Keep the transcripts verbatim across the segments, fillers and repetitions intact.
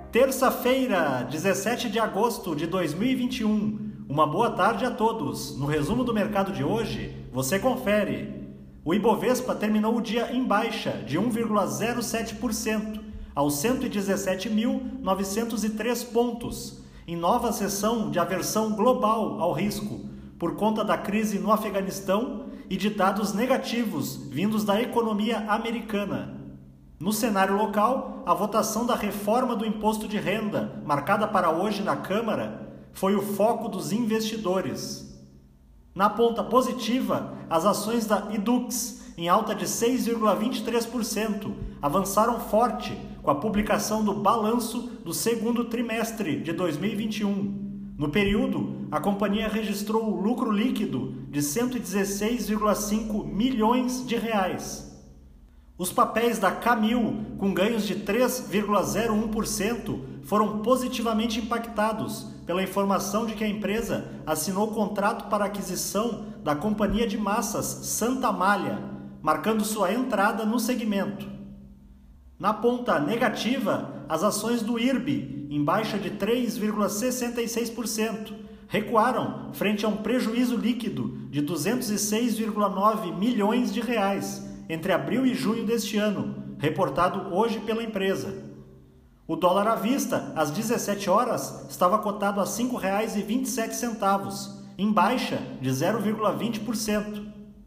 Terça-feira, dezessete de agosto de dois mil e vinte e um. Uma boa tarde a todos. No resumo do mercado de hoje, você confere. O Ibovespa terminou o dia em baixa de um vírgula zero sete por cento, aos cento e dezessete mil novecentos e três pontos, em nova sessão de aversão global ao risco, por conta da crise no Afeganistão e de dados negativos vindos da economia americana. No cenário local, a votação da reforma do imposto de renda, marcada para hoje na Câmara, foi o foco dos investidores. Na ponta positiva, as ações da Ydux, em alta de seis vírgula vinte e três por cento, avançaram forte com a publicação do balanço do segundo trimestre de dois mil e vinte e um. No período, a companhia registrou lucro líquido de cento e dezesseis vírgula cinco milhões de reais. Os papéis da Camil, com ganhos de três vírgula zero um por cento, foram positivamente impactados pela informação de que a empresa assinou contrato para aquisição da companhia de massas Santa Amália, marcando sua entrada no segmento. Na ponta negativa, as ações do I R B, em baixa de três vírgula sessenta e seis por cento, recuaram frente a um prejuízo líquido de duzentos e seis vírgula nove milhões de reais entre abril e junho deste ano, reportado hoje pela empresa. O dólar à vista, às dezessete horas, estava cotado a cinco reais e vinte e sete centavos, em baixa de zero vírgula vinte por cento.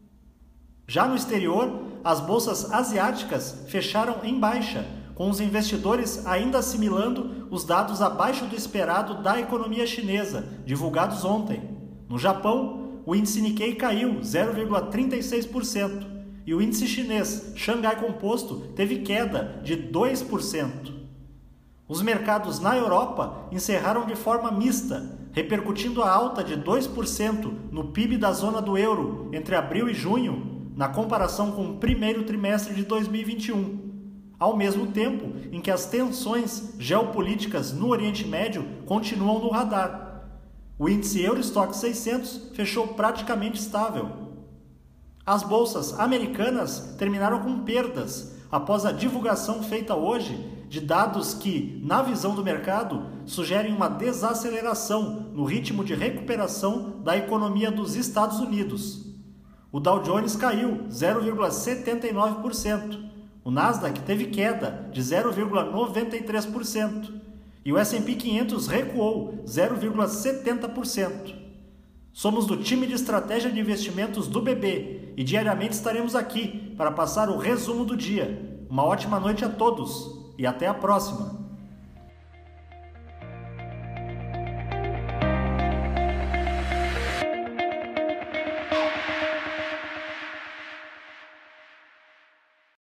Já no exterior, as bolsas asiáticas fecharam em baixa, com os investidores ainda assimilando os dados abaixo do esperado da economia chinesa, divulgados ontem. No Japão, o índice Nikkei caiu zero vírgula trinta e seis por cento e o índice chinês Xangai Composto teve queda de dois por cento. Os mercados na Europa encerraram de forma mista, repercutindo a alta de dois por cento no P I B da zona do euro entre abril e junho, na comparação com o primeiro trimestre de dois mil e vinte e um, ao mesmo tempo em que as tensões geopolíticas no Oriente Médio continuam no radar. O índice Eurostoxx seiscentos fechou praticamente estável. As bolsas americanas terminaram com perdas após a divulgação feita hoje de dados que, na visão do mercado, sugerem uma desaceleração no ritmo de recuperação da economia dos Estados Unidos. O Dow Jones caiu zero vírgula setenta e nove por cento, o Nasdaq teve queda de zero vírgula noventa e três por cento e o S and P quinhentos recuou zero vírgula setenta por cento. Somos do time de estratégia de investimentos do B B e diariamente estaremos aqui para passar o resumo do dia. Uma ótima noite a todos e até a próxima!